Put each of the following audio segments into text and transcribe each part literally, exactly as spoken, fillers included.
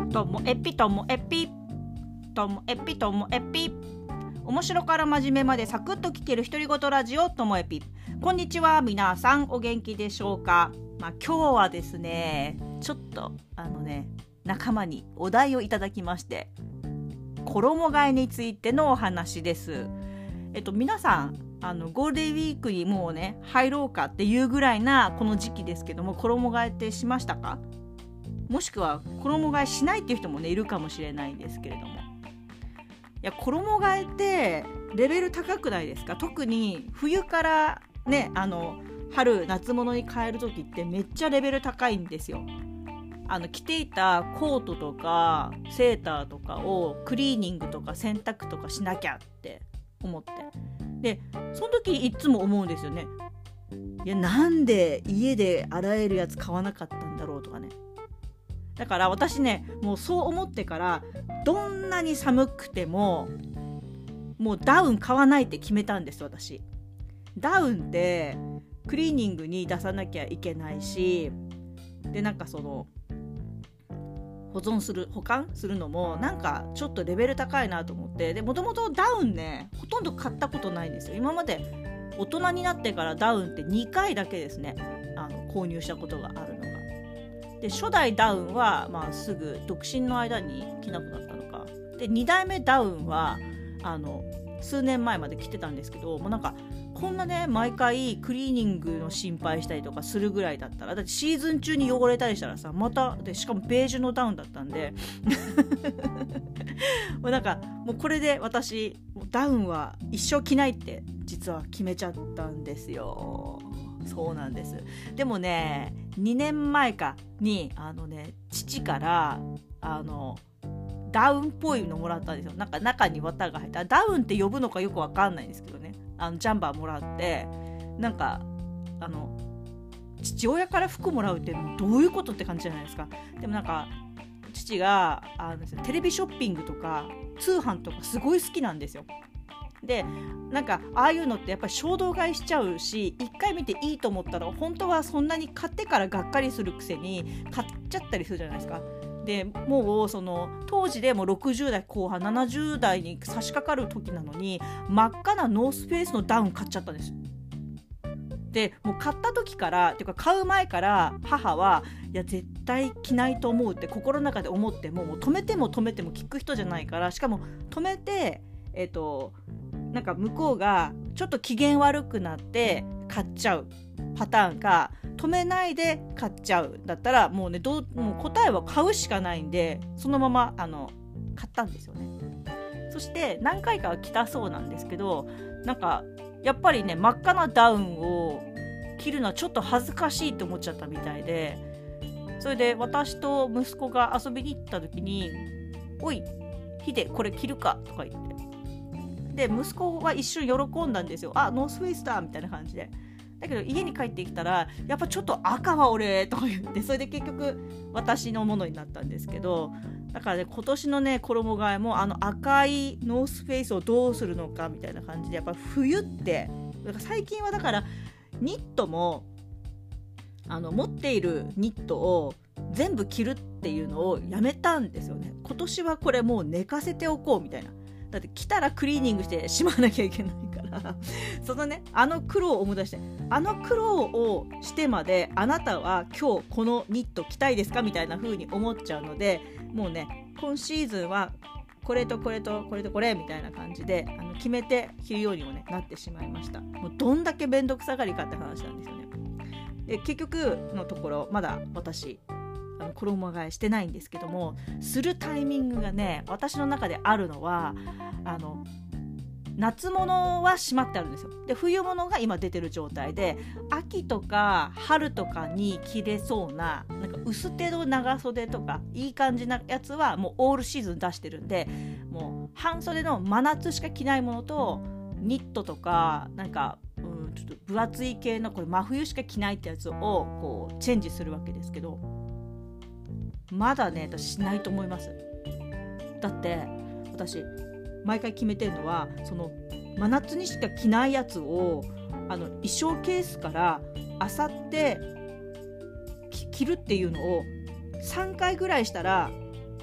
ともえぴともえぴともえぴともえぴ面白から真面目までサクッと聞ける独り言ラジオともえぴ。こんにちは、皆さんお元気でしょうか。まあ、今日はですねちょっとあのね仲間にお題をいただきまして、衣替えについてのお話です。えっと皆さんあのゴールデンウィークにもうね入ろうかっていうぐらいなこの時期ですけども、衣替えってしましたか？もしくは衣替えしないっていう人もねいるかもしれないんですけれども、いや衣替えってレベル高くないですか？特に冬からねあの春夏物に変える時ってめっちゃレベル高いんですよ。あの着ていたコートとかセーターとかをクリーニングとか洗濯とかしなきゃって思って、でその時いつも思うんですよね。いやなんで家で洗えるやつ買わなかったんだろうとかね。だから私ねもうそう思ってからどんなに寒くてももうダウン買わないって決めたんです。私ダウンってクリーニングに出さなきゃいけないし、でなんかその保存する保管するのもなんかちょっとレベル高いなと思って、でもともとダウンねほとんど買ったことないんですよ。今まで大人になってからダウンってにかいだけですね、あの購入したことがあるのが。で初代ダウンは、まあ、すぐ独身の間に着なくなったのかで、にだいめダウンはあの数年前まで着てたんですけど、もうなんかこんなね毎回クリーニングの心配したりとかするぐらいだったら、だってシーズン中に汚れたりしたらさまたで、しかもベージュのダウンだったんでもうなんかもうこれで私ダウンは一生着ないって実は決めちゃったんですよ。そうなんです。でもねにねんまえかにあのね父からあのダウンっぽいのもらったんですよ。なんか中に綿が入ったダウンって呼ぶのかよくわかんないんですけどね、あのジャンバーもらって、なんかあの父親から服もらうってどういうことって感じじゃないですか。でもなんか父があのテレビショッピングとか通販とかすごい好きなんですよ。でなんかああいうのってやっぱり衝動買いしちゃうし、一回見ていいと思ったら本当はそんなに買ってからがっかりするくせに買っちゃったりするじゃないですか。でもうその当時でもろくじゅう代後半ななじゅう代に差し掛かる時なのに真っ赤なノースフェイスのダウン買っちゃったんです。でもう買った時からっていうか買う前から母はいや絶対着ないと思うって心の中で思っても、もう止めても止めても聞く人じゃないから、しかも止めてえっとなんか向こうがちょっと機嫌悪くなって買っちゃうパターンか、止めないで買っちゃうだったらもうねどうもう答えは買うしかないんで、そのままあの買ったんですよね。そして何回かは着たそうなんですけど、なんかやっぱりね真っ赤なダウンを着るのはちょっと恥ずかしいと思っちゃったみたいで、それで私と息子が遊びに行った時においヒデこれ着るかとか言って、で息子は一瞬喜んだんですよ。あノースフェイスだみたいな感じで。だけど家に帰ってきたらやっぱちょっと赤は俺とか言って、それで結局私のものになったんですけど、だからね今年のね衣替えもあの赤いノースフェイスをどうするのかみたいな感じで、やっぱ冬ってだから最近はだからニットもあの持っているニットを全部着るっていうのをやめたんですよね。今年はこれもう寝かせておこうみたいな。だって着たらクリーニングしてしまわなきゃいけないからそのねあの苦労を思い出して、あの苦労をしてまであなたは今日このニット着たいですかみたいな風に思っちゃうので、もうね今シーズンはこれとこれとこれとこれみたいな感じであの決めて着るようにも、ね、なってしまいました。もうどんだけめんどくさがりかって話なんですよね。で結局のところまだ私あの衣替えしてないんですけども、するタイミングがね私の中であるのはあの夏物はしまってあるんですよ。で冬物が今出てる状態で、秋とか春とかに着れそうな、なんか薄手の長袖とかいい感じなやつはもうオールシーズン出してるんで、もう半袖の真夏しか着ないものとニットとかなんかうんちょっと分厚い系のこれ真冬しか着ないってやつをこうチェンジするわけですけど、まだね私しないと思います。だって私毎回決めてるのはその真夏にしか着ないやつをあの衣装ケースから漁って着るっていうのをさんかいぐらいしたら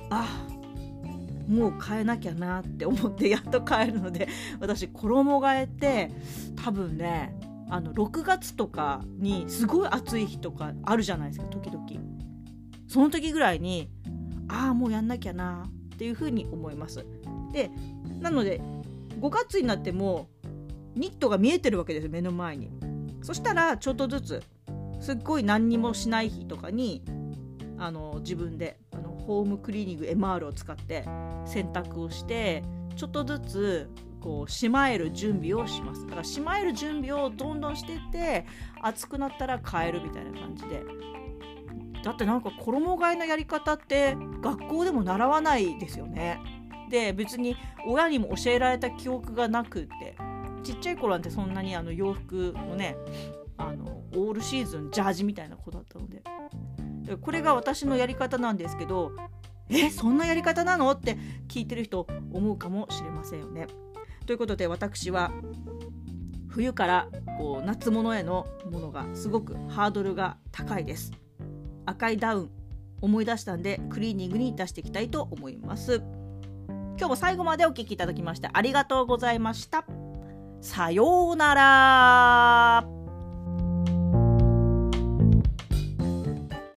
あもう変えなきゃなって思ってやっと変えるので、私衣替えって多分ねあのろくがつとかにすごい暑い日とかあるじゃないですか、時々。その時ぐらいにああもうやんなきゃなっていうふうに思います。でなのでごがつになってもニットが見えてるわけですよ、目の前に。そしたらちょっとずつすっごい何にもしない日とかにあの自分であのホームクリーニング エムアール を使って洗濯をしてちょっとずつこうしまえる準備をします。だからしまえる準備をどんどんしてって暑くなったら変えるみたいな感じで。だってなんか衣替えのやり方って学校でも習わないですよね。で別に親にも教えられた記憶がなくって、ちっちゃい頃なんてそんなにあの洋服のねあのオールシーズンジャージみたいな子だったので、これが私のやり方なんですけど、えそんなやり方なのって聞いてる人思うかもしれませんよね。ということで私は冬からこう夏物へのものがすごくハードルが高いです。赤いダウン思い出したんでクリーニングに出していきたいと思います。今日も最後までお聞きいただきましてありがとうございました。さようなら。